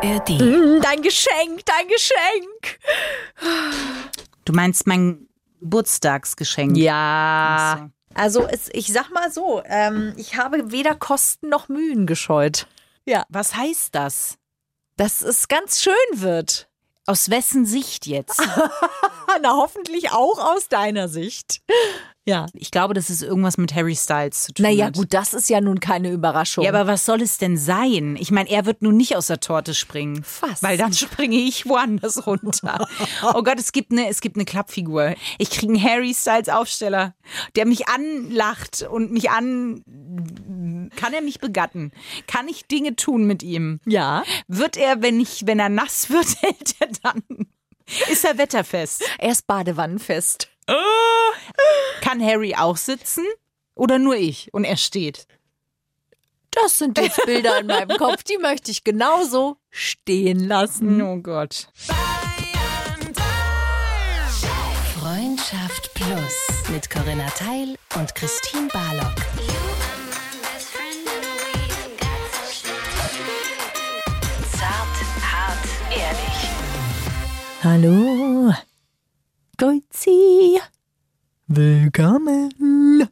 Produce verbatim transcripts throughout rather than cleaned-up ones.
R D. Mm, dein Geschenk, dein Geschenk. Du meinst mein Geburtstagsgeschenk? Ja. So. Also es, ich sag mal so, ähm, ich habe weder Kosten noch Mühen gescheut. Ja. Was heißt das? Dass es ganz schön wird. Aus wessen Sicht jetzt? Na, hoffentlich auch aus deiner Sicht. Ja. Ich glaube, das ist irgendwas mit Harry Styles zu tun. Naja, hat. gut, das ist ja nun keine Überraschung. Ja, aber was soll es denn sein? Ich meine, er wird nun nicht aus der Torte springen. Fast. Weil dann springe ich woanders runter. Oh Gott, es gibt eine, es gibt eine Klappfigur. Ich kriege einen Harry Styles Aufsteller, der mich anlacht und mich an... Kann er mich begatten? Kann ich Dinge tun mit ihm? Ja. Wird er, wenn ich, wenn er nass wird, hält er dann? Ist er wetterfest? Er ist badewannenfest. Kann Harry auch sitzen? Oder nur ich und er steht? Das sind jetzt Bilder in meinem Kopf, die möchte ich genauso stehen lassen. Oh Gott. Freundschaft Plus mit Corinna Teil und Christine Barlock. Zart, hart, ehrlich. Hallo, Grüezi, willkommen.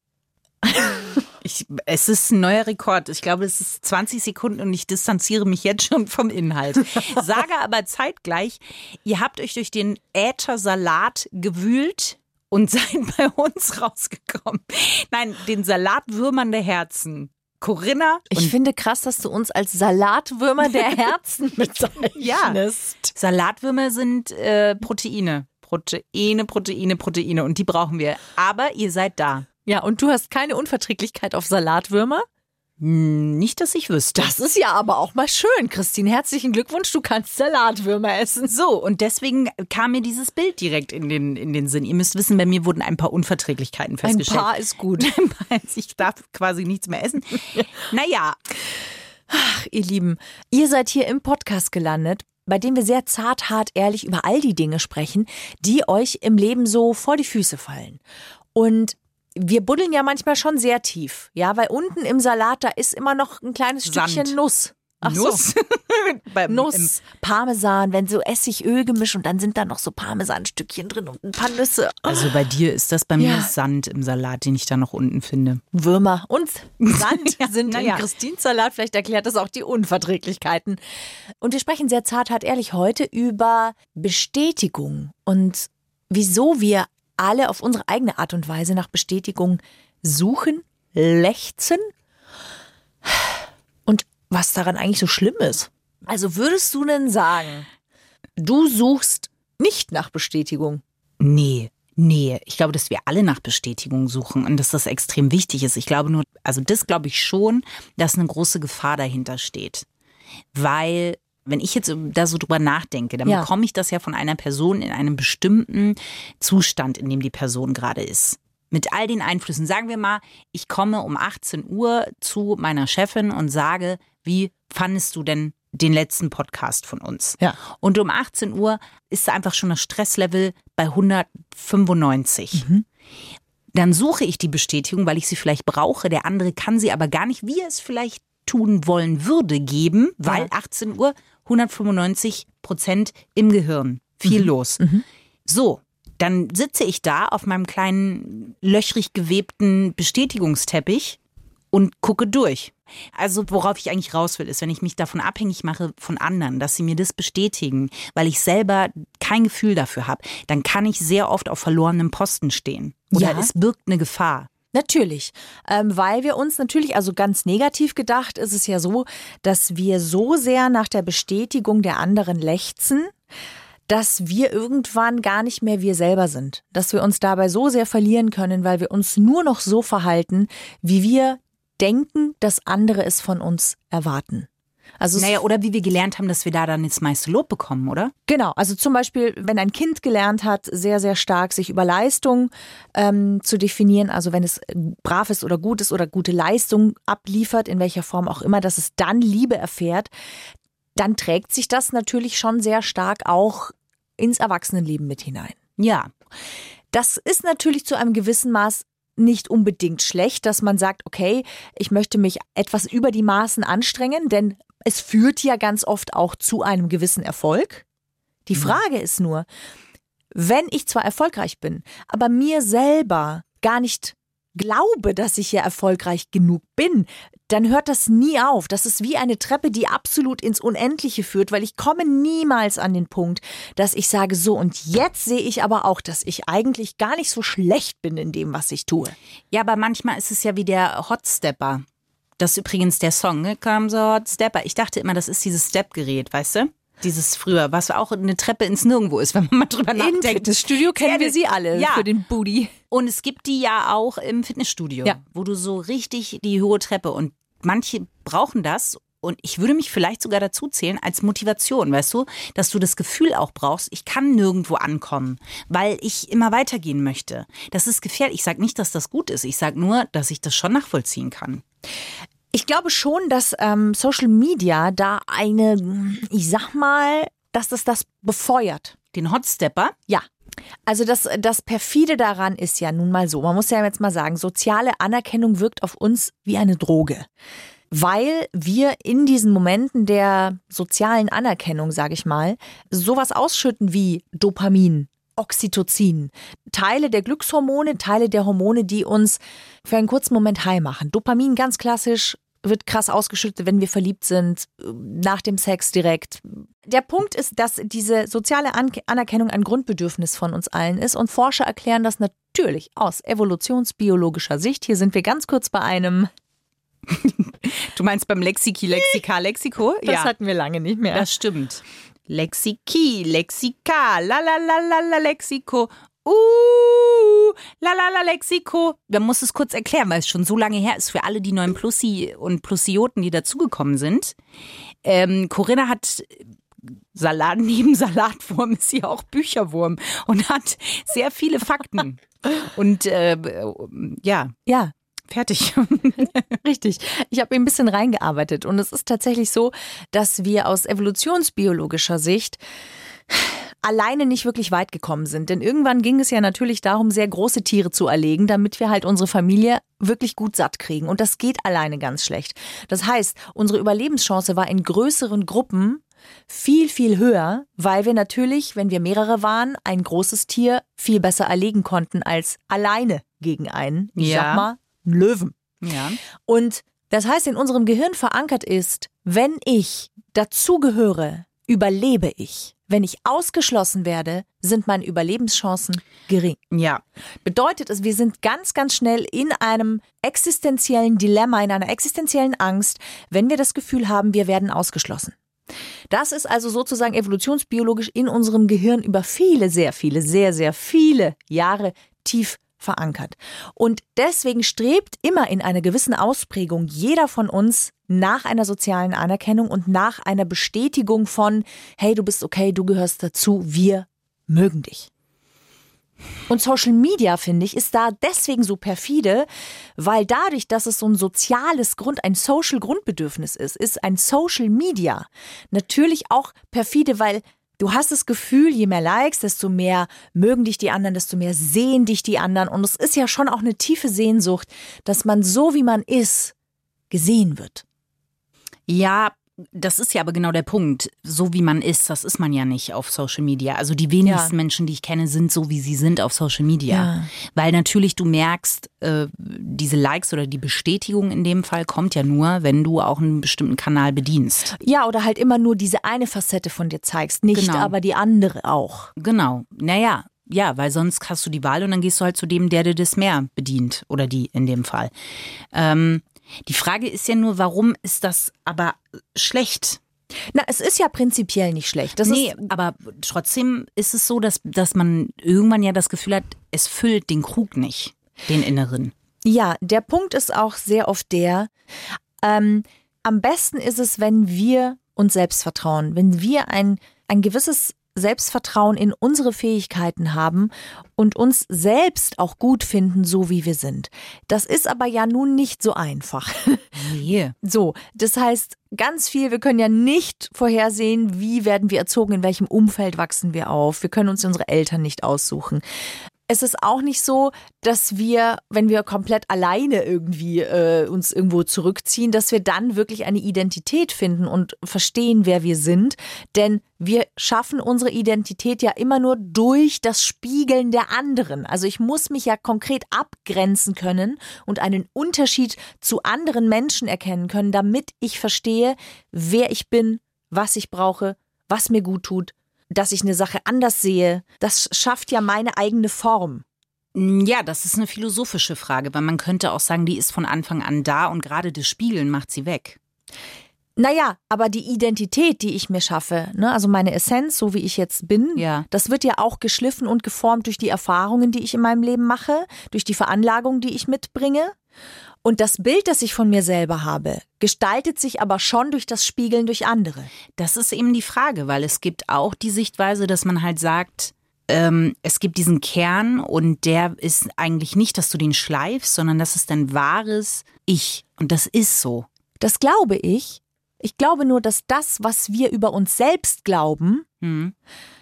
Ich, es ist ein neuer Rekord. Ich glaube, es ist zwanzig Sekunden und ich distanziere mich jetzt schon vom Inhalt. Sage aber zeitgleich, ihr habt euch durch den Äthersalat gewühlt und seid bei uns rausgekommen. Nein, den Salatwürmern der Herzen. Corinna. Ich finde krass, dass du uns als Salatwürmer der Herzen bezeichnest. Ja, Salatwürmer sind äh, Proteine. Proteine, Proteine, Proteine und die brauchen wir. Aber ihr seid da. Ja, und du hast keine Unverträglichkeit auf Salatwürmer? Nicht, dass ich wüsste. Das ist ja aber auch mal schön, Christine. Herzlichen Glückwunsch, du kannst Salatwürmer essen. So, und deswegen kam mir dieses Bild direkt in den, in den Sinn. Ihr müsst wissen, bei mir wurden ein paar Unverträglichkeiten festgestellt. Ein paar ist gut. Ich darf quasi nichts mehr essen. Naja. Ach, ihr Lieben, ihr seid hier im Podcast gelandet, bei dem wir sehr zart, hart, ehrlich über all die Dinge sprechen, die euch im Leben so vor die Füße fallen. Und wir buddeln ja manchmal schon sehr tief, ja, weil unten im Salat, da ist immer noch ein kleines Sand. Stückchen Nuss. Ach Nuss? So. Beim, Nuss, Parmesan, wenn so Essig-Öl gemischt und dann sind da noch so Parmesanstückchen drin und ein paar Nüsse. Also bei dir ist das, bei mir Ja. Sand im Salat, den ich da noch unten finde. Würmer und Sand Ja, sind na im ja. Christins Salat. Vielleicht erklärt das auch die Unverträglichkeiten. Und wir sprechen sehr zart, hart, ehrlich heute über Bestätigung und wieso wir alle auf unsere eigene Art und Weise nach Bestätigung suchen, lechzen und was daran eigentlich so schlimm ist. Also würdest du denn sagen, du suchst nicht nach Bestätigung? Nee, nee. Ich glaube, dass wir alle nach Bestätigung suchen und dass das extrem wichtig ist. Ich glaube nur, also das glaube ich schon, dass eine große Gefahr dahinter steht. Weil, wenn ich jetzt da so drüber nachdenke, dann Ja. bekomme ich das ja von einer Person in einem bestimmten Zustand, in dem die Person gerade ist. Mit all den Einflüssen. Sagen wir mal, ich komme um achtzehn Uhr zu meiner Chefin und sage, wie fandest du denn den letzten Podcast von uns? Ja. Und um achtzehn Uhr ist einfach schon das Stresslevel bei hundertfünfundneunzig. Mhm. Dann suche ich die Bestätigung, weil ich sie vielleicht brauche. Der andere kann sie aber gar nicht, wie er es vielleicht tun wollen würde, geben, weil Ja. achtzehn Uhr, hundertfünfundneunzig Prozent im Gehirn. Viel Mhm. los. Mhm. So, dann sitze ich da auf meinem kleinen, löchrig gewebten Bestätigungsteppich und gucke durch. Also worauf ich eigentlich raus will, ist, wenn ich mich davon abhängig mache von anderen, dass sie mir das bestätigen, weil ich selber kein Gefühl dafür habe, dann kann ich sehr oft auf verlorenem Posten stehen. Oder Ja. es birgt eine Gefahr. Natürlich, ähm, weil wir uns natürlich, also ganz negativ gedacht, ist es ja so, dass wir so sehr nach der Bestätigung der anderen lechzen, dass wir irgendwann gar nicht mehr wir selber sind. Dass wir uns dabei so sehr verlieren können, weil wir uns nur noch so verhalten, wie wir denken, dass andere es von uns erwarten. Also es- Naja, oder wie wir gelernt haben, dass wir da dann das meiste Lob bekommen, oder? Genau, also zum Beispiel, wenn ein Kind gelernt hat, sehr, sehr stark sich über Leistung ähm, zu definieren, also wenn es brav ist oder gut ist oder gute Leistung abliefert, in welcher Form auch immer, dass es dann Liebe erfährt, dann trägt sich das natürlich schon sehr stark auch ins Erwachsenenleben mit hinein. Ja. Das ist natürlich zu einem gewissen Maß nicht unbedingt schlecht, dass man sagt, okay, ich möchte mich etwas über die Maßen anstrengen, denn es führt ja ganz oft auch zu einem gewissen Erfolg. Die Frage ist nur, wenn ich zwar erfolgreich bin, aber mir selber gar nicht glaube, dass ich ja erfolgreich genug bin, dann hört das nie auf. Das ist wie eine Treppe, die absolut ins Unendliche führt, weil ich komme niemals an den Punkt, dass ich sage, so und jetzt sehe ich aber auch, dass ich eigentlich gar nicht so schlecht bin in dem, was ich tue. Ja, aber manchmal ist es ja wie der Hotstepper. Das ist übrigens der Song, ne? Come the Hotstepper. Ich dachte immer, das ist dieses Step-Gerät, weißt du? Dieses früher, was auch eine Treppe ins Nirgendwo ist, wenn man mal drüber nachdenkt. Im Fitnessstudio kennen wir sie alle ja. für den Booty. Und es gibt die ja auch im Fitnessstudio, ja. wo du so richtig die hohe Treppe und manche brauchen das und ich würde mich vielleicht sogar dazu zählen als Motivation, weißt du, dass du das Gefühl auch brauchst, ich kann nirgendwo ankommen, weil ich immer weitergehen möchte. Das ist gefährlich. Ich sage nicht, dass das gut ist. Ich sage nur, dass ich das schon nachvollziehen kann. Ich glaube schon, dass ähm, Social Media da eine, ich sag mal, dass das das befeuert. Den Hotstepper? Ja. Also das, das Perfide daran ist ja nun mal so, man muss ja jetzt mal sagen, soziale Anerkennung wirkt auf uns wie eine Droge. Weil wir in diesen Momenten der sozialen Anerkennung, sage ich mal, sowas ausschütten wie Dopamin, Oxytocin, Teile der Glückshormone, Teile der Hormone, die uns für einen kurzen Moment high machen. Dopamin ganz klassisch, wird krass ausgeschüttet, wenn wir verliebt sind, nach dem Sex direkt. Der Punkt ist, dass diese soziale An- Anerkennung ein Grundbedürfnis von uns allen ist und Forscher erklären das natürlich aus evolutionsbiologischer Sicht. Hier sind wir ganz kurz bei einem... Du meinst beim Lexiki, Lexika, Lexiko? Das ja. hatten wir lange nicht mehr. Das stimmt. Lexiki, Lexika, la la la la la Lexiko. Uh, la la la Lexiko. Man muss es kurz erklären, weil es schon so lange her ist für alle die neuen Plussi und Plussioten, die dazugekommen sind. Ähm, Corinna hat Salat, neben Salatwurm ist sie auch Bücherwurm und hat sehr viele Fakten. Und äh, ja. Ja. Fertig. Richtig. Ich habe ein bisschen reingearbeitet und es ist tatsächlich so, dass wir aus evolutionsbiologischer Sicht alleine nicht wirklich weit gekommen sind. Denn irgendwann ging es ja natürlich darum, sehr große Tiere zu erlegen, damit wir halt unsere Familie wirklich gut satt kriegen. Und das geht alleine ganz schlecht. Das heißt, unsere Überlebenschance war in größeren Gruppen viel, viel höher, weil wir natürlich, wenn wir mehrere waren, ein großes Tier viel besser erlegen konnten als alleine gegen einen, ich ja. sag mal, einen Löwen. Ja. Und das heißt, in unserem Gehirn verankert ist, wenn ich dazugehöre, überlebe ich. Wenn ich ausgeschlossen werde, sind meine Überlebenschancen gering. Ja. Bedeutet es, wir sind ganz, ganz schnell in einem existenziellen Dilemma, in einer existenziellen Angst, wenn wir das Gefühl haben, wir werden ausgeschlossen. Das ist also sozusagen evolutionsbiologisch in unserem Gehirn über viele, sehr viele, sehr, sehr viele Jahre tief verankert. Und deswegen strebt immer in einer gewissen Ausprägung jeder von uns nach einer sozialen Anerkennung und nach einer Bestätigung von, hey, du bist okay, du gehörst dazu, wir mögen dich. Und Social Media, finde ich, ist da deswegen so perfide, weil dadurch, dass es so ein soziales Grund, ein Social Grundbedürfnis ist, ist ein Social Media natürlich auch perfide, weil du hast das Gefühl, je mehr Likes, desto mehr mögen dich die anderen, desto mehr sehen dich die anderen. Und es ist ja schon auch eine tiefe Sehnsucht, dass man so, wie man ist, gesehen wird. Ja, das ist ja aber genau der Punkt. So wie man ist, das ist man ja nicht auf Social Media. Also die wenigsten ja. Menschen, die ich kenne, sind so, wie sie sind auf Social Media. Ja. Weil natürlich du merkst, äh, diese Likes oder die Bestätigung in dem Fall kommt ja nur, wenn du auch einen bestimmten Kanal bedienst. Ja, oder halt immer nur diese eine Facette von dir zeigst, nicht genau. aber die andere auch. Genau, naja. Ja, weil sonst hast du die Wahl und dann gehst du halt zu dem, der dir das mehr bedient. Oder die in dem Fall. Ähm, die Frage ist ja nur, warum ist das aber schlecht? Na, es ist ja prinzipiell nicht schlecht. Das nee, ist aber trotzdem ist es so, dass, dass man irgendwann ja das Gefühl hat, es füllt den Krug nicht, den inneren. Ja, der Punkt ist auch sehr oft der, ähm, am besten ist es, wenn wir uns selbst vertrauen, wenn wir ein, ein gewisses Selbstvertrauen in unsere Fähigkeiten haben und uns selbst auch gut finden, so wie wir sind. Das ist aber ja nun nicht so einfach. Nee. So, das heißt ganz viel, wir können ja nicht vorhersehen, wie werden wir erzogen, in welchem Umfeld wachsen wir auf. Wir können uns unsere Eltern nicht aussuchen. es ist auch nicht so, dass wir, wenn wir komplett alleine irgendwie äh, uns irgendwo zurückziehen, dass wir dann wirklich eine Identität finden und verstehen, wer wir sind. Denn wir schaffen unsere Identität ja immer nur durch das Spiegeln der anderen. Also ich muss mich ja konkret abgrenzen können und einen Unterschied zu anderen Menschen erkennen können, damit ich verstehe, wer ich bin, was ich brauche, was mir gut tut, dass ich eine Sache anders sehe. Das schafft ja meine eigene Form. Ja, das ist eine philosophische Frage, weil man könnte auch sagen, die ist von Anfang an da und gerade das Spiegeln macht sie weg. Naja, aber die Identität, die ich mir schaffe, ne, also meine Essenz, so wie ich jetzt bin, ja. das wird ja auch geschliffen und geformt durch die Erfahrungen, die ich in meinem Leben mache, durch die Veranlagung, die ich mitbringe. Und das Bild, das ich von mir selber habe, gestaltet sich aber schon durch das Spiegeln durch andere. Das ist eben die Frage, weil es gibt auch die Sichtweise, dass man halt sagt, ähm, es gibt diesen Kern und der ist eigentlich nicht, dass du den schleifst, sondern das ist dein wahres Ich. Und das ist so. Das glaube ich. Ich glaube nur, dass das, was wir über uns selbst glauben, hm.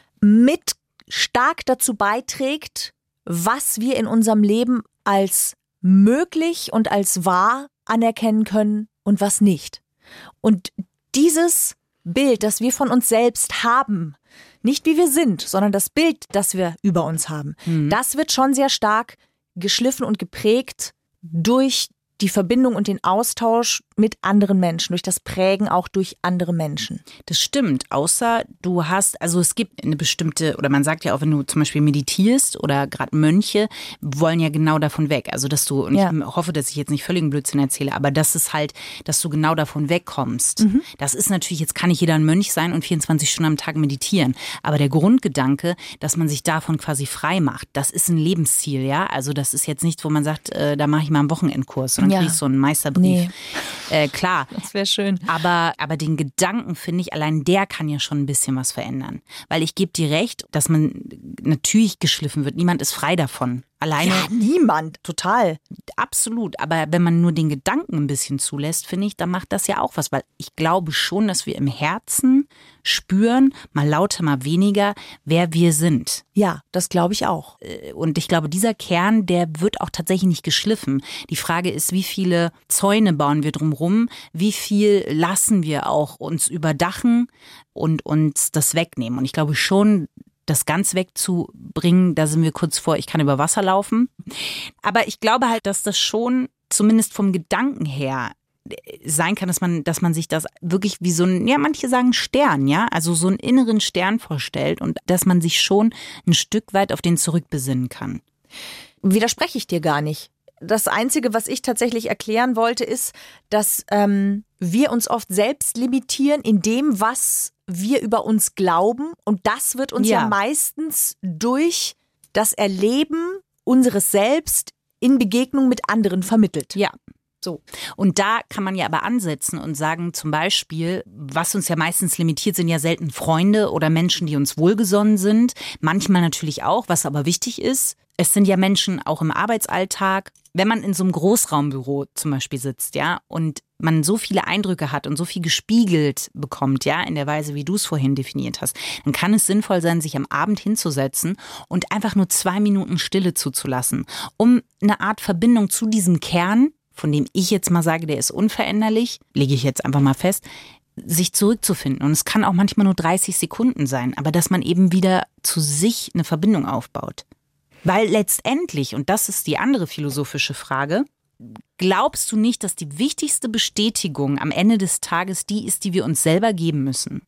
mit stark dazu beiträgt, was wir in unserem Leben als möglich und als wahr anerkennen können und was nicht. Und dieses Bild, das wir von uns selbst haben, nicht wie wir sind, sondern das Bild, das wir über uns haben, mhm. das wird schon sehr stark geschliffen und geprägt durch die Verbindung und den Austausch mit anderen Menschen, durch das Prägen auch durch andere Menschen. Das stimmt, außer du hast, also es gibt eine bestimmte, oder man sagt ja auch, wenn du zum Beispiel meditierst oder gerade Mönche, wollen ja genau davon weg. Also dass du, und ja. ich hoffe, dass ich jetzt nicht völligen Blödsinn erzähle, aber das ist halt, dass du genau davon wegkommst. Mhm. Das ist natürlich, jetzt kann nicht jeder ein Mönch sein und vierundzwanzig Stunden am Tag meditieren, aber der Grundgedanke, dass man sich davon quasi frei macht, das ist ein Lebensziel, ja. Also das ist jetzt nichts, wo man sagt, äh, da mache ich mal einen Wochenendkurs, sondern ja. kriegst so einen Meisterbrief. Nee. Äh, klar. Das wäre schön. Aber, aber den Gedanken, finde ich, allein der kann ja schon ein bisschen was verändern. Weil ich gebe dir recht, dass man natürlich geschliffen wird. Niemand ist frei davon. Alleine. Ja, niemand. Total. Absolut. Aber wenn man nur den Gedanken ein bisschen zulässt, finde ich, dann macht das ja auch was. Weil ich glaube schon, dass wir im Herzen spüren, mal lauter, mal weniger, wer wir sind. Ja, das glaube ich auch. Und ich glaube, dieser Kern, der wird auch tatsächlich nicht geschliffen. Die Frage ist, wie viele Zäune bauen wir drumherum? Wie viel lassen wir auch uns überdachen und uns das wegnehmen? Und ich glaube schon, das ganz wegzubringen, da sind wir kurz vor, ich kann über Wasser laufen. Aber ich glaube halt, dass das schon zumindest vom Gedanken her sein kann, dass man, dass man sich das wirklich wie so ein, ja, manche sagen Stern, ja, also so einen inneren Stern vorstellt und dass man sich schon ein Stück weit auf den zurückbesinnen kann. Widerspreche ich dir gar nicht. Das Einzige, was ich tatsächlich erklären wollte, ist, dass ähm, wir uns oft selbst limitieren in dem, was wir über uns glauben. Und das wird uns ja, ja meistens durch das Erleben unseres Selbst in Begegnung mit anderen vermittelt. Ja. So. Und da kann man ja aber ansetzen und sagen, zum Beispiel, was uns ja meistens limitiert, sind ja selten Freunde oder Menschen, die uns wohlgesonnen sind. Manchmal natürlich auch, was aber wichtig ist. Es sind ja Menschen auch im Arbeitsalltag. Wenn man in so einem Großraumbüro zum Beispiel sitzt, ja, und man so viele Eindrücke hat und so viel gespiegelt bekommt, ja, in der Weise, wie du es vorhin definiert hast, dann kann es sinnvoll sein, sich am Abend hinzusetzen und einfach nur zwei Minuten Stille zuzulassen, um eine Art Verbindung zu diesem Kern, von dem ich jetzt mal sage, der ist unveränderlich, lege ich jetzt einfach mal fest, sich zurückzufinden. Und es kann auch manchmal nur dreißig Sekunden sein, aber dass man eben wieder zu sich eine Verbindung aufbaut. Weil letztendlich, und das ist die andere philosophische Frage, glaubst du nicht, dass die wichtigste Bestätigung am Ende des Tages die ist, die wir uns selber geben müssen?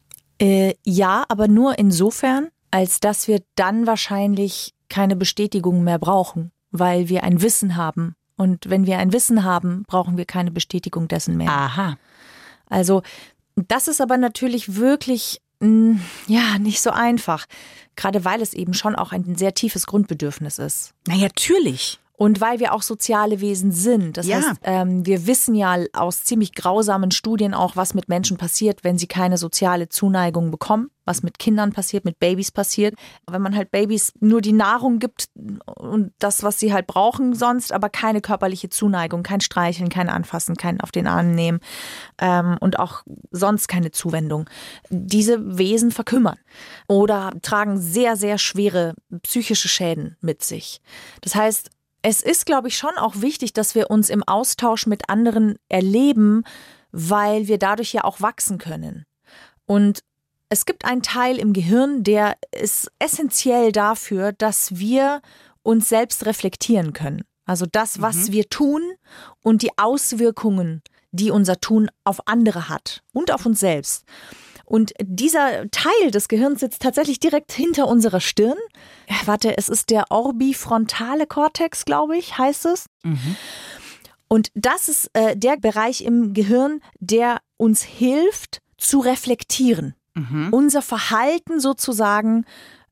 Äh, ja, aber nur insofern, als dass wir dann wahrscheinlich keine Bestätigung mehr brauchen, weil wir ein Wissen haben. Und wenn wir ein Wissen haben, brauchen wir keine Bestätigung dessen mehr. Aha. Also das ist aber natürlich wirklich, mh, ja, nicht so einfach. Gerade weil es eben schon auch ein sehr tiefes Grundbedürfnis ist. Na ja, natürlich. Und weil wir auch soziale Wesen sind. Das Ja. heißt, ähm, wir wissen ja aus ziemlich grausamen Studien auch, was mit Menschen passiert, wenn sie keine soziale Zuneigung bekommen. Was mit Kindern passiert, mit Babys passiert. Wenn man halt Babys nur die Nahrung gibt und das, was sie halt brauchen sonst, aber keine körperliche Zuneigung, kein Streicheln, kein Anfassen, kein auf den Arm nehmen ähm, und auch sonst keine Zuwendung. Diese Wesen verkümmern oder tragen sehr, sehr schwere psychische Schäden mit sich. Das heißt, es ist, glaube ich, schon auch wichtig, dass wir uns im Austausch mit anderen erleben, weil wir dadurch ja auch wachsen können. Und es gibt einen Teil im Gehirn, der ist essentiell dafür, dass wir uns selbst reflektieren können. Also das, was mhm. wir tun und die Auswirkungen, die unser Tun auf andere hat und auf uns selbst. Und dieser Teil des Gehirns sitzt tatsächlich direkt hinter unserer Stirn. Ja, warte, es ist der orbifrontale Kortex, glaube ich, heißt es. Mhm. Und das ist äh, der Bereich im Gehirn, der uns hilft zu reflektieren. Mhm. Unser Verhalten sozusagen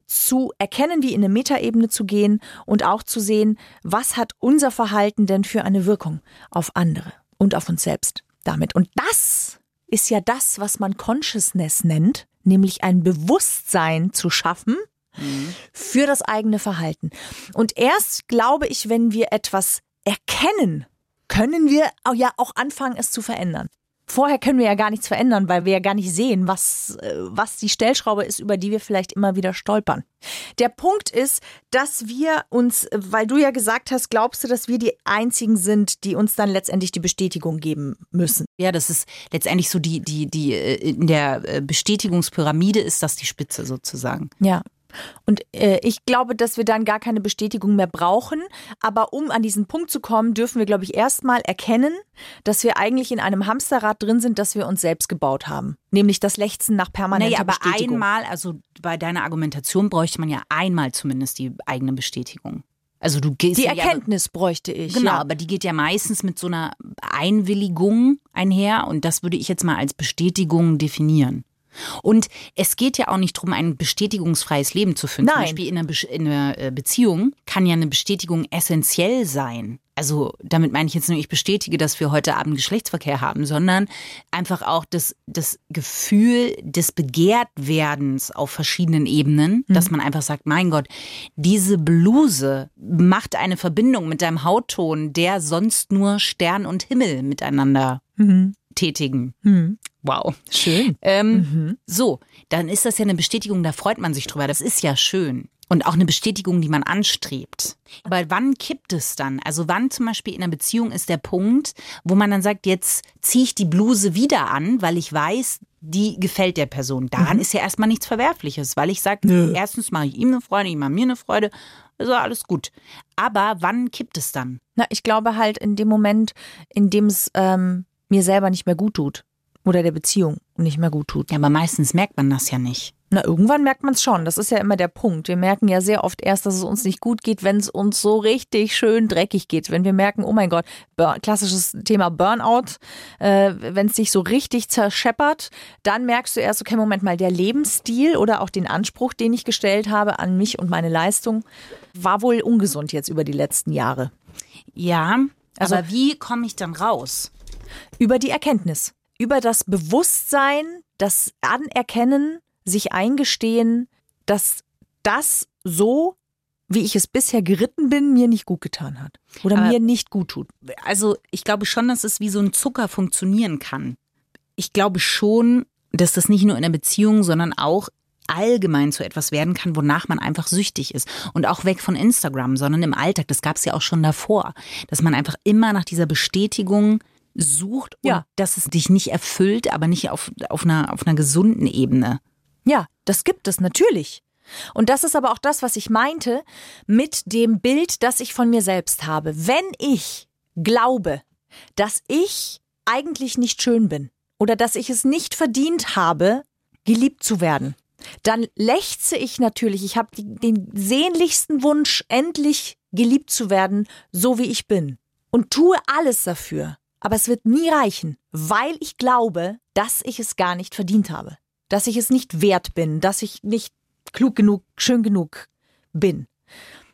zu erkennen, wie in eine Metaebene zu gehen und auch zu sehen, was hat unser Verhalten denn für eine Wirkung auf andere und auf uns selbst damit. Und das ist ja das, was man Consciousness nennt, nämlich ein Bewusstsein zu schaffen mhm. für das eigene Verhalten. Und erst, glaube ich, wenn wir etwas erkennen, können wir ja auch anfangen, es zu verändern. Vorher können wir ja gar nichts verändern, weil wir ja gar nicht sehen, was, was die Stellschraube ist, über die wir vielleicht immer wieder stolpern. Der Punkt ist, dass wir uns, weil du ja gesagt hast, glaubst du, dass wir die Einzigen sind, die uns dann letztendlich die Bestätigung geben müssen? Ja, das ist letztendlich so die, die, die in der Bestätigungspyramide ist das die Spitze sozusagen. Ja. Und äh, ich glaube, dass wir dann gar keine Bestätigung mehr brauchen. Aber um an diesen Punkt zu kommen, dürfen wir, glaube ich, erstmal erkennen, dass wir eigentlich in einem Hamsterrad drin sind, das wir uns selbst gebaut haben. Nämlich das Lechzen nach permanenter naja, aber Bestätigung. Einmal, also bei deiner Argumentation bräuchte man ja einmal zumindest die eigene Bestätigung. Also du gehst die ja, Erkenntnis bräuchte ich. Genau, ja. aber die geht ja meistens mit so einer Einwilligung einher. Und das würde ich jetzt mal als Bestätigung definieren. Und es geht ja auch nicht darum, ein bestätigungsfreies Leben zu führen. Nein. Zum Beispiel in einer, Be- in einer Beziehung kann ja eine Bestätigung essentiell sein. Also damit meine ich jetzt nur, ich bestätige, dass wir heute Abend Geschlechtsverkehr haben, sondern einfach auch das, das Gefühl des Begehrtwerdens auf verschiedenen Ebenen, mhm. dass man einfach sagt, mein Gott, diese Bluse macht eine Verbindung mit deinem Hautton, der sonst nur Stern und Himmel miteinander mhm. tätigen. Mhm. Wow. Schön. Ähm, mhm. So, dann ist das ja eine Bestätigung, da freut man sich drüber. Das ist ja schön. Und auch eine Bestätigung, die man anstrebt. Aber wann kippt es dann? Also wann zum Beispiel in einer Beziehung ist der Punkt, wo man dann sagt, jetzt ziehe ich die Bluse wieder an, weil ich weiß, die gefällt der Person. Daran mhm. ist ja erstmal nichts Verwerfliches, weil ich sage, erstens mache ich ihm eine Freude, ich mache mir eine Freude, also alles gut. Aber wann kippt es dann? Na, ich glaube halt in dem Moment, in dem es ähm, mir selber nicht mehr gut tut. Oder der Beziehung nicht mehr gut tut. Ja, aber meistens merkt man das ja nicht. Na, irgendwann merkt man es schon. Das ist ja immer der Punkt. Wir merken ja sehr oft erst, dass es uns nicht gut geht, wenn es uns so richtig schön dreckig geht. Wenn wir merken, oh mein Gott, Burn, klassisches Thema Burnout, äh, wenn es dich so richtig zerscheppert, dann merkst du erst, okay, Moment mal, der Lebensstil oder auch den Anspruch, den ich gestellt habe an mich und meine Leistung, war wohl ungesund jetzt über die letzten Jahre. Ja, also, aber wie komme ich dann raus? Über die Erkenntnis. Über das Bewusstsein, das Anerkennen, sich eingestehen, dass das so, wie ich es bisher geritten bin, mir nicht gut getan hat. Oder Aber mir nicht gut tut. Also ich glaube schon, dass es wie so ein Zucker funktionieren kann. Ich glaube schon, dass das nicht nur in der Beziehung, sondern auch allgemein zu etwas werden kann, wonach man einfach süchtig ist. Und auch weg von Instagram, sondern im Alltag. Das gab es ja auch schon davor. Dass man einfach immer nach dieser Bestätigung sucht und ja. dass es dich nicht erfüllt, aber nicht auf, auf, einer, auf einer gesunden Ebene. Ja, das gibt es natürlich. Und das ist aber auch das, was ich meinte mit dem Bild, das ich von mir selbst habe. Wenn ich glaube, dass ich eigentlich nicht schön bin oder dass ich es nicht verdient habe, geliebt zu werden, dann lechze ich natürlich, ich habe den sehnlichsten Wunsch, endlich geliebt zu werden, so wie ich bin. Und tue alles dafür. Aber es wird nie reichen, weil ich glaube, dass ich es gar nicht verdient habe. Dass ich es nicht wert bin, dass ich nicht klug genug, schön genug bin.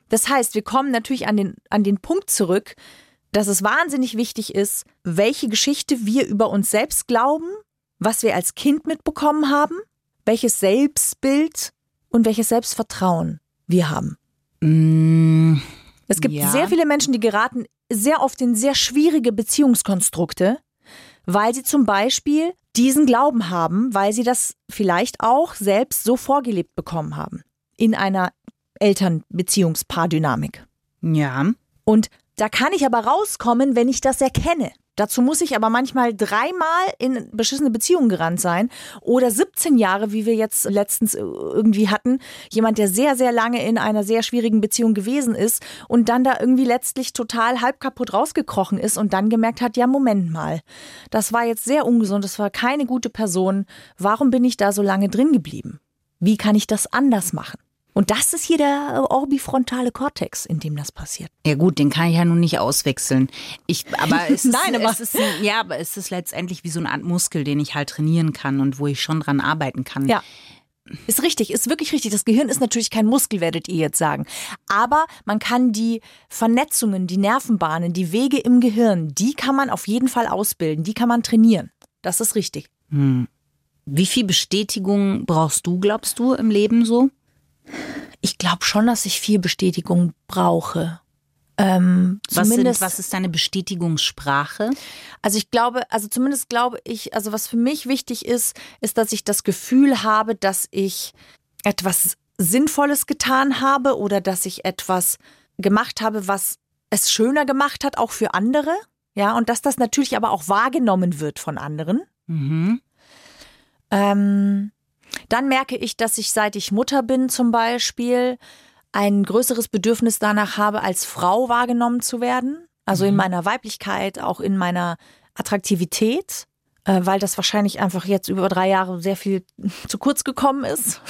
Das heißt, wir kommen natürlich an den, an den Punkt zurück, dass es wahnsinnig wichtig ist, welche Geschichte wir über uns selbst glauben, was wir als Kind mitbekommen haben, welches Selbstbild und welches Selbstvertrauen wir haben. Mm, es gibt ja. sehr viele Menschen, die geraten sehr oft in sehr schwierige Beziehungskonstrukte, weil sie zum Beispiel diesen Glauben haben, weil sie das vielleicht auch selbst so vorgelebt bekommen haben in einer Elternbeziehungspaardynamik. Ja. Und da kann ich aber rauskommen, wenn ich das erkenne. Dazu muss ich aber manchmal dreimal in beschissene Beziehungen gerannt sein oder siebzehn Jahre, wie wir jetzt letztens irgendwie hatten. Jemand, der sehr, sehr lange in einer sehr schwierigen Beziehung gewesen ist und dann da irgendwie letztlich total halb kaputt rausgekrochen ist und dann gemerkt hat, ja, Moment mal, das war jetzt sehr ungesund, das war keine gute Person. Warum bin ich da so lange drin geblieben? Wie kann ich das anders machen? Und das ist hier der orbifrontale Kortex, in dem das passiert. Ja gut, den kann ich ja nun nicht auswechseln. Ich, aber es ist, Nein, aber es ist ein, ja, aber es ist letztendlich wie so eine Art Muskel, den ich halt trainieren kann und wo ich schon dran arbeiten kann. Ja. Ist richtig, ist wirklich richtig. Das Gehirn ist natürlich kein Muskel, werdet ihr jetzt sagen. Aber man kann die Vernetzungen, die Nervenbahnen, die Wege im Gehirn, die kann man auf jeden Fall ausbilden, die kann man trainieren. Das ist richtig. Hm. Wie viel Bestätigung brauchst du, glaubst du, im Leben so? Ich glaube schon, dass ich viel Bestätigung brauche. Ähm, was, zumindest, sind, was ist deine Bestätigungssprache? Also ich glaube, also zumindest glaube ich, also was für mich wichtig ist, ist, dass ich das Gefühl habe, dass ich etwas Sinnvolles getan habe oder dass ich etwas gemacht habe, was es schöner gemacht hat, auch für andere. Ja, und dass das natürlich aber auch wahrgenommen wird von anderen. Mhm. Ähm, Dann merke ich, dass ich, seit ich Mutter bin zum Beispiel, ein größeres Bedürfnis danach habe, als Frau wahrgenommen zu werden. Also in meiner Weiblichkeit, auch in meiner Attraktivität, äh, weil das wahrscheinlich einfach jetzt über drei Jahre sehr viel zu kurz gekommen ist.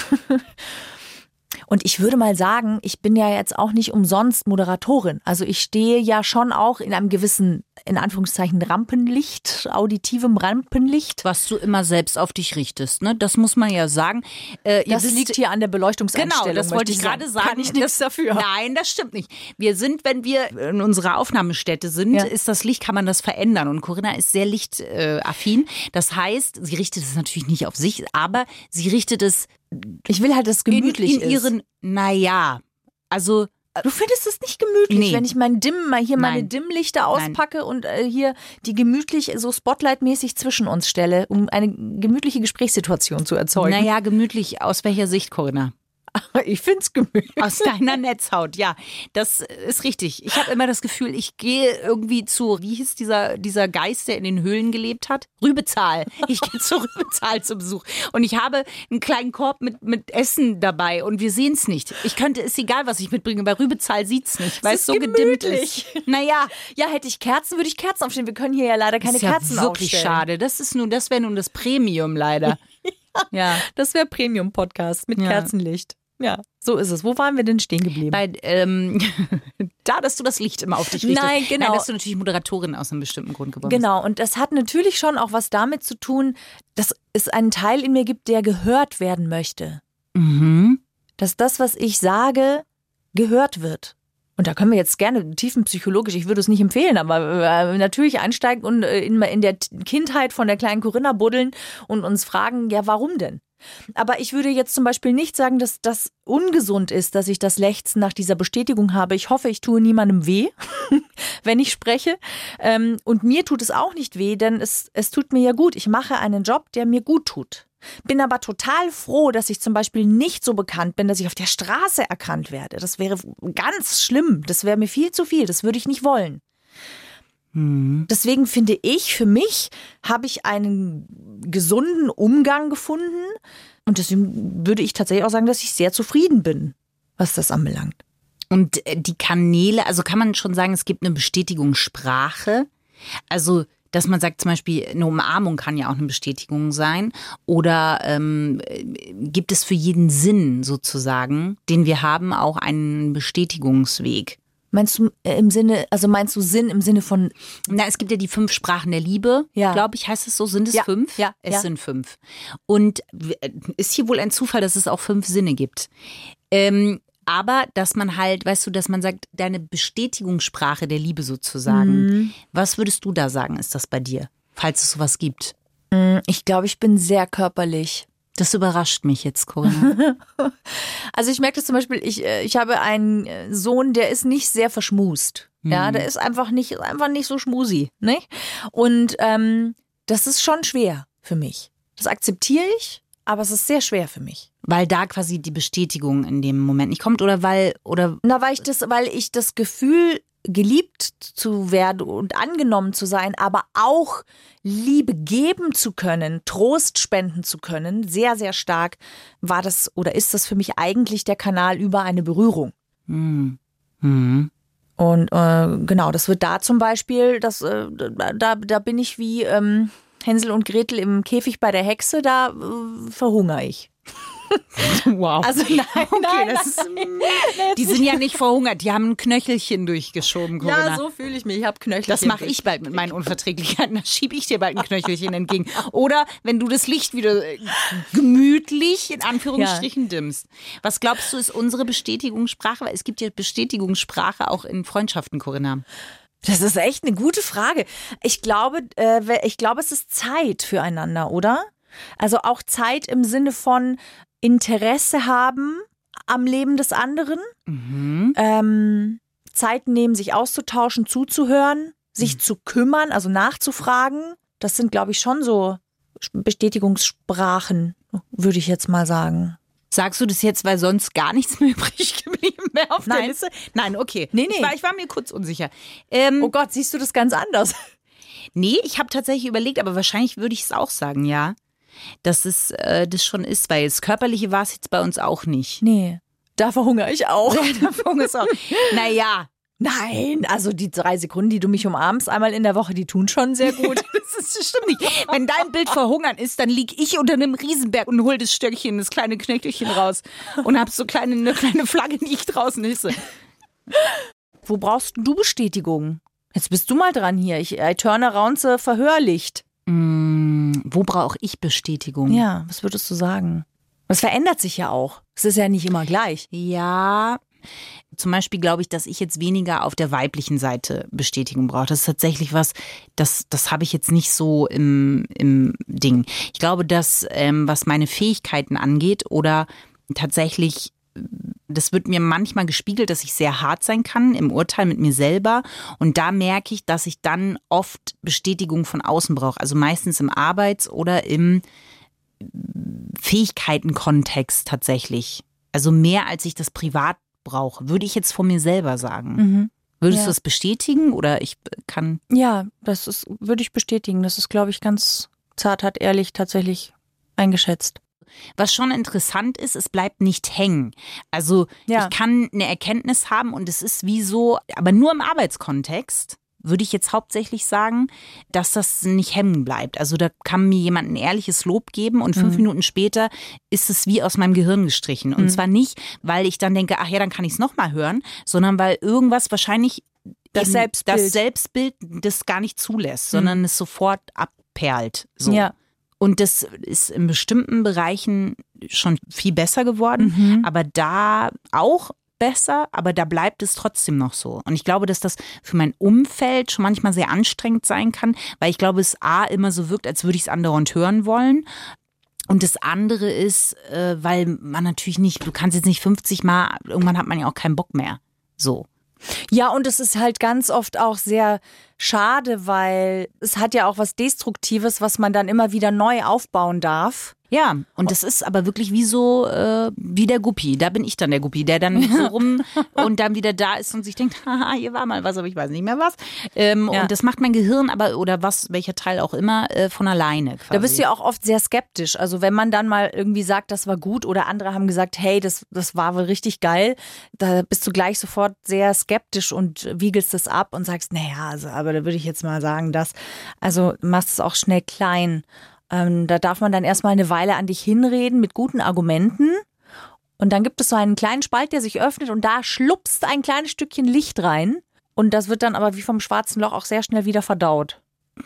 Und ich würde mal sagen, ich bin ja jetzt auch nicht umsonst Moderatorin. Also ich stehe ja schon auch in einem gewissen, in Anführungszeichen, Rampenlicht, auditivem Rampenlicht. Was du immer selbst auf dich richtest, ne? Das muss man ja sagen. Äh, ihr Das wisst, liegt hier an der Beleuchtungseinstellung. Genau, das wollte ich möchte gerade sagen. Kann ich nichts dafür. Nein, das stimmt nicht. Wir sind, wenn wir in unserer Aufnahmestätte sind, Ja. ist das Licht, kann man das verändern. Und Corinna ist sehr lichtaffin. Das heißt, sie richtet es natürlich nicht auf sich, aber sie richtet es Ich will halt, dass es gemütlich in, in ihren, naja, also Du findest es nicht gemütlich, Nee. wenn ich mein Dimm, mal hier meine Nein. Dimmlichter auspacke und äh, hier die gemütlich so Spotlight-mäßig zwischen uns stelle, um eine gemütliche Gesprächssituation zu erzeugen. naja, gemütlich. Aus welcher Sicht, Corinna? Ich find's gemütlich. Aus deiner Netzhaut, ja, das ist richtig. Ich habe immer das Gefühl, ich gehe irgendwie zu, wie hieß dieser, dieser Geist, der in den Höhlen gelebt hat? Rübezahl. Ich gehe zu Rübezahl zum Besuch. Und ich habe einen kleinen Korb mit, mit Essen dabei und wir sehen es nicht. Ich könnte, ist egal, was ich mitbringe, bei Rübezahl sieht's nicht, weil es so gedimmt ist. Naja, Ja, hätte ich Kerzen, würde ich Kerzen aufstellen. Wir können hier ja leider keine ist ja Kerzen wirklich aufstellen. schade. Das ist nun, das wäre nun das Premium leider. Ja. Das wäre Premium-Podcast mit Ja. Kerzenlicht. Ja, so ist es. Wo waren wir denn stehen geblieben? Bei, ähm, da, dass du das Licht immer auf dich richtest. Nein, genau. Nein, dass du natürlich Moderatorin aus einem bestimmten Grund geworden bist. Genau, und das hat natürlich schon auch was damit zu tun, dass es einen Teil in mir gibt, der gehört werden möchte. Mhm. Dass das, was ich sage, gehört wird. Und da können wir jetzt gerne tiefenpsychologisch, ich würde es nicht empfehlen, aber äh, natürlich einsteigen und äh, in, in der Kindheit von der kleinen Corinna buddeln und uns fragen, ja, warum denn? Aber ich würde jetzt zum Beispiel nicht sagen, dass das ungesund ist, dass ich das Lechzen nach dieser Bestätigung habe. Ich hoffe, ich tue niemandem weh, wenn ich spreche. Ähm, und mir tut es auch nicht weh, denn es, es tut mir ja gut. Ich mache einen Job, der mir gut tut. Bin aber total froh, dass ich zum Beispiel nicht so bekannt bin, dass ich auf der Straße erkannt werde. Das wäre ganz schlimm. Das wäre mir viel zu viel. Das würde ich nicht wollen. Mhm. Deswegen finde ich, für mich habe ich einen gesunden Umgang gefunden. Und deswegen würde ich tatsächlich auch sagen, dass ich sehr zufrieden bin, was das anbelangt. Und äh, die Kanäle, also kann man schon sagen, es gibt eine Bestätigungssprache. Also, dass man sagt, zum Beispiel, eine Umarmung kann ja auch eine Bestätigung sein. Oder ähm, gibt es für jeden Sinn sozusagen, den wir haben, auch einen Bestätigungsweg? Meinst du äh, im Sinne, also meinst du Sinn im Sinne von. Na, es gibt ja die fünf Sprachen der Liebe, Ja. glaube ich, heißt es so. Sind es Ja, fünf? ja, Es ja. sind fünf. Und w- ist hier wohl ein Zufall, dass es auch fünf Sinne gibt. Ähm, Aber dass man halt, weißt du, dass man sagt, deine Bestätigungssprache der Liebe sozusagen. Mhm. Was würdest du da sagen, ist das bei dir, falls es sowas gibt? Ich glaube, ich bin sehr körperlich. Das überrascht mich jetzt, Corinna. Also ich merke das zum Beispiel, ich, ich habe einen Sohn, der ist nicht sehr verschmust. Mhm. Ja, der ist einfach nicht, einfach nicht so schmusi. Ne? Und ähm, das ist schon schwer für mich. Das akzeptiere ich, aber es ist sehr schwer für mich. Weil da quasi die Bestätigung in dem Moment nicht kommt oder weil, oder? Na, weil ich das, weil ich das Gefühl, geliebt zu werden und angenommen zu sein, aber auch Liebe geben zu können, Trost spenden zu können, sehr, sehr stark war das oder ist das für mich eigentlich der Kanal über eine Berührung. Mhm. Mhm. Und äh, genau, das wird da zum Beispiel, das, äh, da, da bin ich wie ähm, Hänsel und Gretel im Käfig bei der Hexe, da äh, verhungere ich. Wow. Also nein, okay, nein, das ist, nein. Die sind ja nicht verhungert, die haben ein Knöchelchen durchgeschoben, Corinna. Ja, so fühle ich mich. Ich habe Knöchelchen. Das mache ich bald mit meinen Unverträglichkeiten. Da schiebe ich dir bald ein Knöchelchen entgegen. Oder wenn du das Licht wieder gemütlich, in Anführungsstrichen, ja. dimmst. Was glaubst du, ist unsere Bestätigungssprache? Weil es gibt ja Bestätigungssprache auch in Freundschaften, Corinna. Das ist echt eine gute Frage. Ich glaube, äh, ich glaube, es ist Zeit füreinander, oder? Also auch Zeit im Sinne von Interesse haben am Leben des anderen, mhm. ähm, Zeit nehmen, sich auszutauschen, zuzuhören, sich mhm. zu kümmern, also nachzufragen. Das sind, glaube ich, schon so Bestätigungssprachen, würde ich jetzt mal sagen. Sagst du das jetzt, weil sonst gar nichts mehr übrig geblieben wäre auf Nein. der Liste? Nein, okay. Nee, nee. Ich war, ich war mir kurz unsicher. Ähm, oh Gott, siehst du das ganz anders? Nee, ich habe tatsächlich überlegt, aber wahrscheinlich würde ich es auch sagen, ja. Dass es äh, das schon ist, weil das Körperliche war es jetzt bei uns auch nicht. Nee, da verhungere ich auch. Ja, da verhungere ich auch. Naja. Nein, also die drei Sekunden, die du mich umarmst, einmal in der Woche, die tun schon sehr gut. Das, ist, das stimmt nicht. Wenn dein Bild verhungern ist, dann lieg ich unter einem Riesenberg und hol das Stöckchen, das kleine Knöchelchen raus und hab so kleine, eine kleine Flagge, die ich draußen hisse. Wo brauchst du Bestätigung? Jetzt bist du mal dran hier. Ich I turn around the Verhörlicht. Mm, wo brauche ich Bestätigung? Ja, was würdest du sagen? Das verändert sich ja auch. Es ist ja nicht immer gleich. Ja, zum Beispiel glaube ich, dass ich jetzt weniger auf der weiblichen Seite Bestätigung brauche. Das ist tatsächlich was, das, das habe ich jetzt nicht so im, im Ding. Ich glaube, dass ähm, was meine Fähigkeiten angeht oder tatsächlich, das wird mir manchmal gespiegelt, dass ich sehr hart sein kann im Urteil mit mir selber. Und da merke ich, dass ich dann oft Bestätigung von außen brauche. Also meistens im Arbeits- oder im Fähigkeitenkontext tatsächlich. Also mehr, als ich das privat brauche, würde ich jetzt von mir selber sagen. Mhm. Würdest ja. du das bestätigen oder ich kann... Ja, das ist, würde ich bestätigen. Das ist, glaube ich, ganz zart, hat ehrlich tatsächlich eingeschätzt. Was schon interessant ist, es bleibt nicht hängen. Also ja. ich kann eine Erkenntnis haben und es ist wie so, aber nur im Arbeitskontext würde ich jetzt hauptsächlich sagen, dass das nicht hängen bleibt. Also da kann mir jemand ein ehrliches Lob geben und fünf mhm. Minuten später ist es wie aus meinem Gehirn gestrichen. Und mhm. zwar nicht, weil ich dann denke, ach ja, dann kann ich es nochmal hören, sondern weil irgendwas wahrscheinlich das Selbstbild. das Selbstbild das gar nicht zulässt, sondern mhm. es sofort abperlt. So. Ja. Und das ist in bestimmten Bereichen schon viel besser geworden, mhm. aber da auch besser, aber da bleibt es trotzdem noch so. Und ich glaube, dass das für mein Umfeld schon manchmal sehr anstrengend sein kann, weil ich glaube, es A immer so wirkt, als würde ich es andauernd hören wollen. Und das andere ist, äh, weil man natürlich nicht, du kannst jetzt nicht fünfzig Mal, irgendwann hat man ja auch keinen Bock mehr. So. Ja, und es ist halt ganz oft auch sehr schade, weil es hat ja auch was Destruktives, was man dann immer wieder neu aufbauen darf. Ja, und das ist aber wirklich wie so, äh, wie der Guppi. Da bin ich dann der Guppi, der dann so rum und dann wieder da ist und sich denkt, haha, hier war mal was, aber ich weiß nicht mehr was. Ähm, ja. Und das macht mein Gehirn aber, oder was, welcher Teil auch immer, äh, von alleine quasi. Da bist du ja auch oft sehr skeptisch. Also wenn man dann mal irgendwie sagt, das war gut oder andere haben gesagt, hey, das, das war wohl richtig geil, da bist du gleich sofort sehr skeptisch und wiegelst das ab und sagst, naja, also, aber da würde ich jetzt mal sagen, dass, also machst es auch schnell klein. Ähm, da darf man dann erstmal eine Weile an dich hinreden mit guten Argumenten und dann gibt es so einen kleinen Spalt, der sich öffnet und da schlupst ein kleines Stückchen Licht rein und das wird dann aber wie vom schwarzen Loch auch sehr schnell wieder verdaut.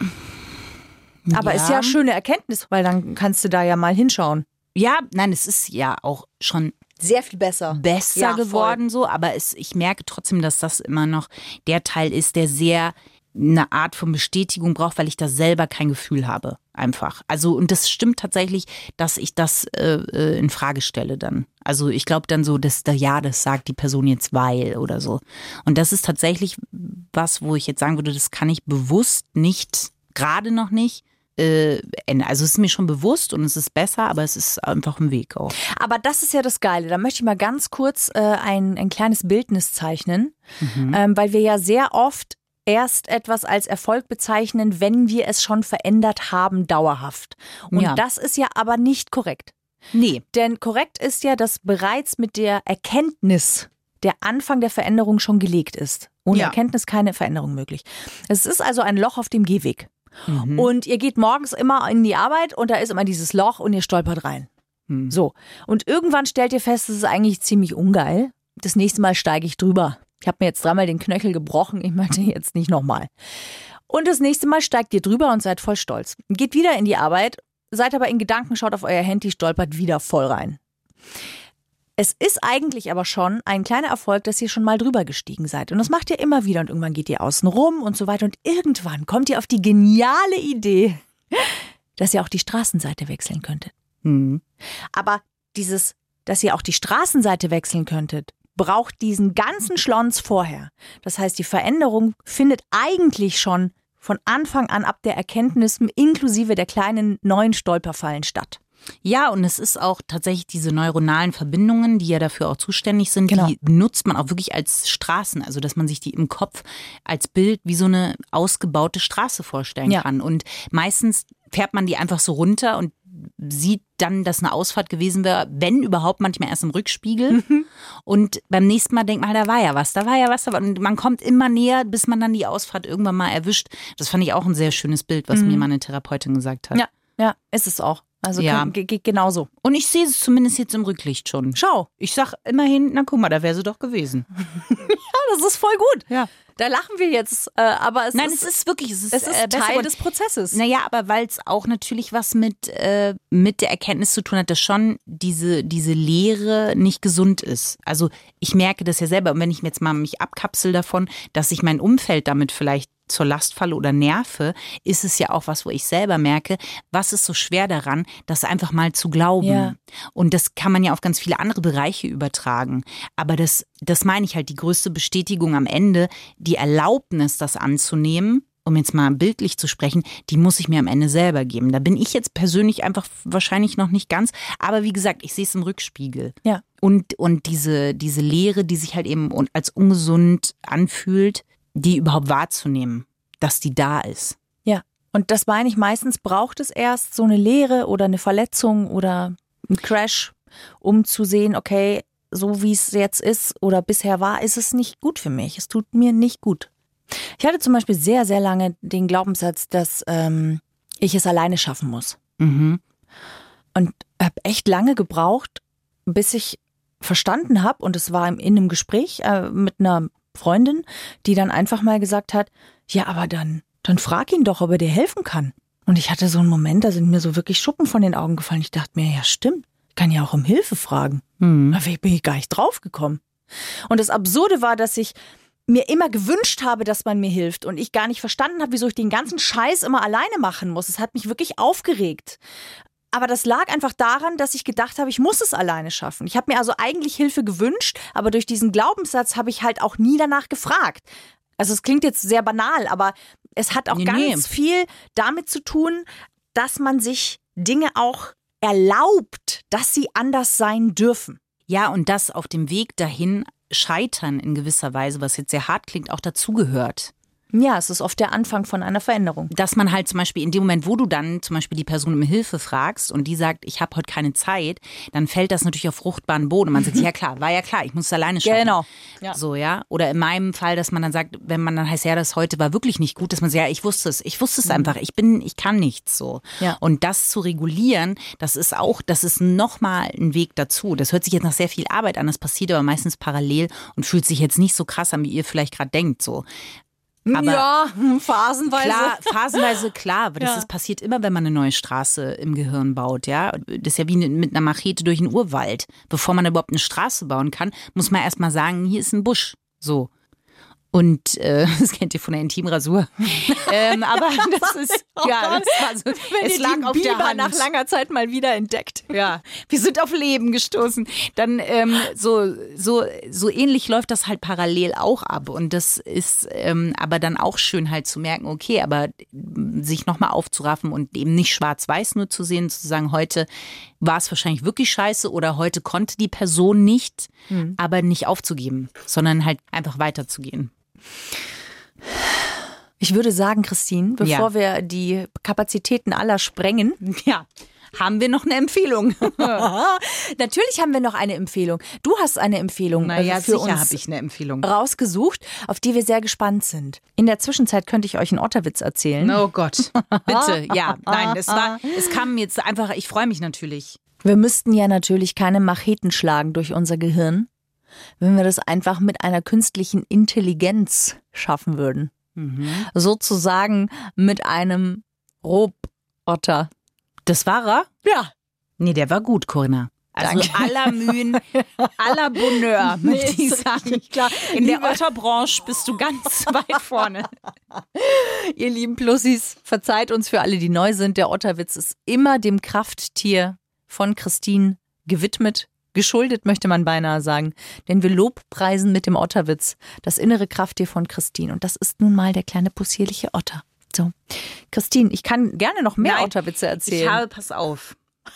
Aber ja. ist ja eine schöne Erkenntnis, weil dann kannst du da ja mal hinschauen. Ja, nein, es ist ja auch schon sehr viel besser. besser Ja, geworden, so, aber es, ich merke trotzdem, dass das immer noch der Teil ist, der sehr eine Art von Bestätigung braucht, weil ich da selber kein Gefühl habe, einfach. Also, und das stimmt tatsächlich, dass ich das äh, in Frage stelle dann. Also ich glaube dann so, dass da ja, das sagt die Person jetzt weil oder so. Und das ist tatsächlich was, wo ich jetzt sagen würde, das kann ich bewusst nicht, gerade noch nicht, äh, ändern. Also es ist mir schon bewusst und es ist besser, aber es ist einfach ein Weg auch. Aber das ist ja das Geile. Da möchte ich mal ganz kurz äh, ein, ein kleines Bildnis zeichnen, mhm. ähm, weil wir ja sehr oft erst etwas als Erfolg bezeichnen, wenn wir es schon verändert haben, dauerhaft. Und ja. das ist ja aber nicht korrekt. Nee. Denn korrekt ist ja, dass bereits mit der Erkenntnis der Anfang der Veränderung schon gelegt ist. Ohne ja. Erkenntnis keine Veränderung möglich. Es ist also ein Loch auf dem Gehweg. Mhm. Und ihr geht morgens immer in die Arbeit und da ist immer dieses Loch und ihr stolpert rein. Mhm. So. Und irgendwann stellt ihr fest, das ist eigentlich ziemlich ungeil. Das nächste Mal steige ich drüber. Ich habe mir jetzt dreimal den Knöchel gebrochen, ich möchte jetzt nicht nochmal. Und das nächste Mal steigt ihr drüber und seid voll stolz. Geht wieder in die Arbeit, seid aber in Gedanken, schaut auf euer Handy, stolpert wieder voll rein. Es ist eigentlich aber schon ein kleiner Erfolg, dass ihr schon mal drüber gestiegen seid. Und das macht ihr immer wieder und irgendwann geht ihr außen rum und so weiter. Und irgendwann kommt ihr auf die geniale Idee, dass ihr auch die Straßenseite wechseln könntet. Mhm. Aber dieses, dass ihr auch die Straßenseite wechseln könntet, braucht diesen ganzen Schlons vorher. Das heißt, die Veränderung findet eigentlich schon von Anfang an ab der Erkenntnis inklusive der kleinen neuen Stolperfallen statt. Ja, und es ist auch tatsächlich diese neuronalen Verbindungen, die ja dafür auch zuständig sind, genau. die nutzt man auch wirklich als Straßen, also dass man sich die im Kopf als Bild wie so eine ausgebaute Straße vorstellen ja. kann. Und meistens fährt man die einfach so runter und sieht dann, dass eine Ausfahrt gewesen wäre, wenn überhaupt manchmal erst im Rückspiegel. Mhm. Und beim nächsten Mal denkt man, da war ja was, da war ja was. Und man kommt immer näher, bis man dann die Ausfahrt irgendwann mal erwischt. Das fand ich auch ein sehr schönes Bild, was mhm. mir meine Therapeutin gesagt hat. Ja, ja, ist es auch. Also ja. geht genauso. Und ich sehe es zumindest jetzt im Rücklicht schon. Schau. Ich sag immerhin, na guck mal, da wäre sie doch gewesen. Ja, das ist voll gut. Ja. Da lachen wir jetzt, äh, aber es Nein, ist, es ist wirklich, es ist, es ist äh, Teil besser. des Prozesses. Naja, aber weil es auch natürlich was mit, äh, mit der Erkenntnis zu tun hat, dass schon diese, diese Lehre nicht gesund ist. Also ich merke das ja selber und wenn ich mir jetzt mal mich abkapsel davon, dass ich mein Umfeld damit vielleicht zur Last falle oder nerve, ist es ja auch was, wo ich selber merke, was ist so schwer daran, das einfach mal zu glauben. Ja. Und das kann man ja auf ganz viele andere Bereiche übertragen. Aber das, das meine ich halt, die größte Bestätigung am Ende, die Erlaubnis, das anzunehmen, um jetzt mal bildlich zu sprechen, die muss ich mir am Ende selber geben. Da bin ich jetzt persönlich einfach wahrscheinlich noch nicht ganz. Aber wie gesagt, ich sehe es im Rückspiegel. Ja. Und, und diese, diese Lehre, die sich halt eben als ungesund anfühlt, die überhaupt wahrzunehmen, dass die da ist. Ja, und das meine ich, meistens braucht es erst so eine Lehre oder eine Verletzung oder einen Crash, um zu sehen, okay, so wie es jetzt ist oder bisher war, ist es nicht gut für mich. Es tut mir nicht gut. Ich hatte zum Beispiel sehr, sehr lange den Glaubenssatz, dass ähm, ich es alleine schaffen muss. Mhm. Und habe echt lange gebraucht, bis ich verstanden habe, und es war in einem Gespräch äh, mit einer Freundin, die dann einfach mal gesagt hat, ja, aber dann, dann frag ihn doch, ob er dir helfen kann. Und ich hatte so einen Moment, da sind mir so wirklich Schuppen von den Augen gefallen. Ich dachte mir, ja stimmt, ich kann ja auch um Hilfe fragen. Mhm. Aber ich bin gar nicht drauf gekommen. Und das Absurde war, dass ich mir immer gewünscht habe, dass man mir hilft und ich gar nicht verstanden habe, wieso ich den ganzen Scheiß immer alleine machen muss. Es hat mich wirklich aufgeregt. Aber das lag einfach daran, dass ich gedacht habe, ich muss es alleine schaffen. Ich habe mir also eigentlich Hilfe gewünscht, aber durch diesen Glaubenssatz habe ich halt auch nie danach gefragt. Also es klingt jetzt sehr banal, aber es hat auch nee, ganz nee. viel damit zu tun, dass man sich Dinge auch erlaubt, dass sie anders sein dürfen. Ja, und das auf dem Weg dahin Scheitern in gewisser Weise, was jetzt sehr hart klingt, auch dazugehört. Ja, es ist oft der Anfang von einer Veränderung. Dass man halt zum Beispiel in dem Moment, wo du dann zum Beispiel die Person um Hilfe fragst und die sagt, ich habe heute keine Zeit, dann fällt das natürlich auf fruchtbaren Boden. Und man sagt, ja klar, war ja klar, ich muss es alleine schaffen. Genau. Ja. So, ja. Oder in meinem Fall, dass man dann sagt, wenn man dann heißt, ja, das heute war wirklich nicht gut, dass man sagt, ja, ich wusste es, ich wusste es mhm. einfach, ich bin, ich kann nichts so. Ja. Und das zu regulieren, das ist auch, das ist nochmal ein Weg dazu. Das hört sich jetzt nach sehr viel Arbeit an, das passiert aber meistens parallel und fühlt sich jetzt nicht so krass an, wie ihr vielleicht gerade denkt, so. Aber ja, phasenweise. Klar, phasenweise klar, aber das Ja. ist, passiert immer, wenn man eine neue Straße im Gehirn baut, ja. Das ist ja wie mit einer Machete durch den Urwald. Bevor man überhaupt eine Straße bauen kann, muss man erstmal sagen, hier ist ein Busch. So. Und äh, das kennt ihr von der Intimrasur. ähm, aber das ist, Oh ja, Gott. das war so, Wenn es ihr lag den auf der Biber Hand. nach langer Zeit mal wieder entdeckt. Ja, wir sind auf Leben gestoßen. Dann ähm, so so so ähnlich läuft das halt parallel auch ab und das ist ähm, aber dann auch schön halt zu merken, okay, aber sich nochmal aufzuraffen und eben nicht schwarz-weiß nur zu sehen, zu sagen, heute war es wahrscheinlich wirklich scheiße oder heute konnte die Person nicht, mhm. aber nicht aufzugeben, sondern halt einfach weiterzugehen. Ich würde sagen, Christine, bevor Ja. wir die Kapazitäten aller sprengen, Ja, haben wir noch eine Empfehlung? natürlich haben wir noch eine Empfehlung. Du hast eine Empfehlung Naja, äh, für sicher uns habe ich eine Empfehlung. rausgesucht, auf die wir sehr gespannt sind. In der Zwischenzeit könnte ich euch einen Otterwitz erzählen. Oh Gott, bitte, ja, nein, es war, es kam jetzt einfach, ich freue mich natürlich. Wir müssten ja natürlich keine Macheten schlagen durch unser Gehirn, wenn wir das einfach mit einer künstlichen Intelligenz schaffen würden. Mhm. Sozusagen mit einem Roboter. Das war er? Ja. Nee, der war gut, Corinna. Also Danke. aller Mühen, aller Bonheur, möchte ich sagen. Klar. In der Liebe- Otterbranche bist du ganz weit vorne. Ihr lieben Plussis, verzeiht uns für alle, die neu sind. Der Otterwitz ist immer dem Krafttier von Christine gewidmet. Geschuldet, möchte man beinahe sagen. Denn wir lobpreisen mit dem Otterwitz das innere Krafttier von Christine. Und das ist nun mal der kleine possierliche Otter. So, Christine, ich kann gerne noch mehr Nein, Otterwitze erzählen. Ich habe, pass auf.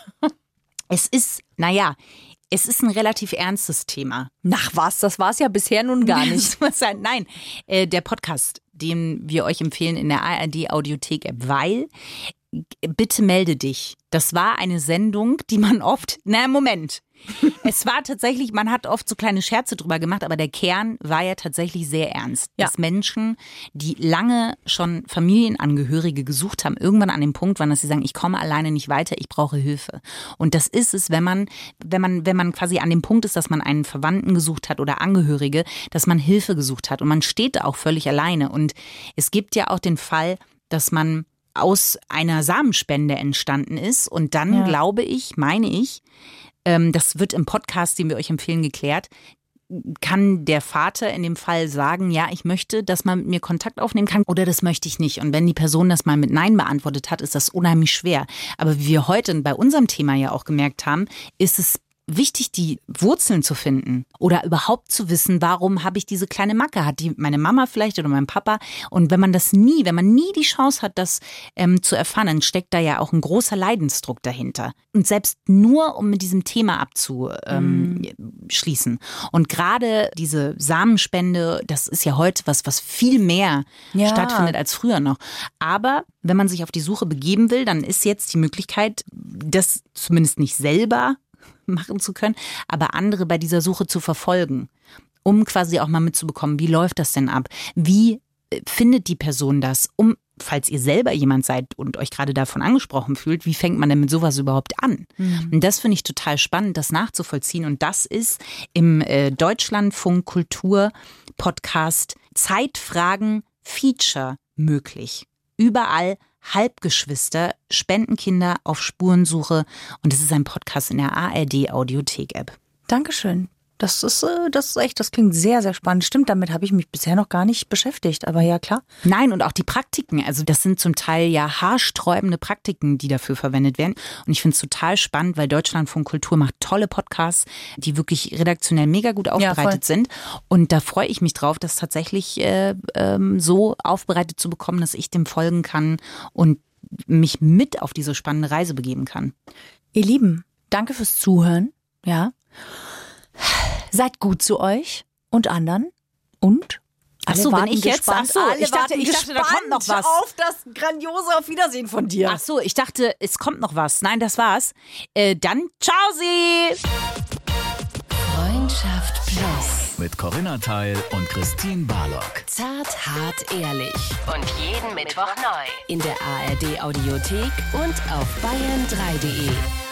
Es ist, naja, es ist ein relativ ernstes Thema. Nach was? Das war es ja bisher nun gar nicht. Nein, äh, der Podcast, den wir euch empfehlen in der A R D-Audiothek-App, weil, bitte melde dich. Das war eine Sendung, die man oft, na Moment, es war tatsächlich, man hat oft so kleine Scherze drüber gemacht, aber der Kern war ja tatsächlich sehr ernst. Ja. Dass Menschen, die lange schon Familienangehörige gesucht haben, irgendwann an dem Punkt waren, dass sie sagen, ich komme alleine nicht weiter, ich brauche Hilfe. Und das ist es, wenn man, wenn man, wenn man quasi an dem Punkt ist, dass man einen Verwandten gesucht hat oder Angehörige, dass man Hilfe gesucht hat. Und man steht da auch völlig alleine. Und es gibt ja auch den Fall, dass man aus einer Samenspende entstanden ist. Und dann Ja. glaube ich, meine ich, ähm, das wird im Podcast, den wir euch empfehlen, geklärt, kann der Vater in dem Fall sagen, ja, ich möchte, dass man mit mir Kontakt aufnehmen kann oder das möchte ich nicht. Und wenn die Person das mal mit Nein beantwortet hat, ist das unheimlich schwer. Aber wie wir heute bei unserem Thema ja auch gemerkt haben, ist es wichtig, die Wurzeln zu finden oder überhaupt zu wissen, warum habe ich diese kleine Macke, hat die meine Mama vielleicht oder mein Papa. Und wenn man das nie, wenn man nie die Chance hat, das ähm, zu erfahren, dann steckt da ja auch ein großer Leidensdruck dahinter. Und selbst nur, um mit diesem Thema abzuschließen. Ähm, Und gerade diese Samenspende, das ist ja heute was, was viel mehr Ja. stattfindet als früher noch. Aber wenn man sich auf die Suche begeben will, dann ist jetzt die Möglichkeit, das zumindest nicht selber machen zu können, aber andere bei dieser Suche zu verfolgen, um quasi auch mal mitzubekommen, wie läuft das denn ab? Wie äh, findet die Person das? Um, falls ihr selber jemand seid und euch gerade davon angesprochen fühlt, wie fängt man denn mit sowas überhaupt an? Mhm. Und das finde ich total spannend, das nachzuvollziehen. Und das ist im äh, Deutschlandfunk Kultur Podcast Zeitfragen Feature möglich. Überall Halbgeschwister, Spendenkinder auf Spurensuche und es ist ein Podcast in der A R D-Audiothek-App. Dankeschön. Das ist, äh, das ist echt, das klingt sehr, sehr spannend. Stimmt, damit habe ich mich bisher noch gar nicht beschäftigt, aber ja, klar. Nein, und auch die Praktiken, also das sind zum Teil ja haarsträubende Praktiken, die dafür verwendet werden. Und ich finde es total spannend, weil Deutschlandfunk Kultur macht tolle Podcasts, die wirklich redaktionell mega gut aufbereitet voll. sind. Und da freue ich mich drauf, das tatsächlich äh, ähm, so aufbereitet zu bekommen, dass ich dem folgen kann und mich mit auf diese spannende Reise begeben kann. Ihr Lieben, danke fürs Zuhören. Ja. Seid gut zu euch und anderen und alle Ach so, bin warten ich jetzt? gespannt. Ach so, alle ich dachte- warten ich dachte, da kommt noch gespannt was. auf das grandiose Auf Wiedersehen von dir. Ach so, ich dachte, es kommt noch was. Nein, das war's. Äh, dann, ciao Sie! Freundschaft Plus. Mit Corinna Teil und Christine Barlock. Zart, hart, ehrlich. Und jeden Mittwoch neu. In der A R D-Audiothek und auf bayern drei punkt de.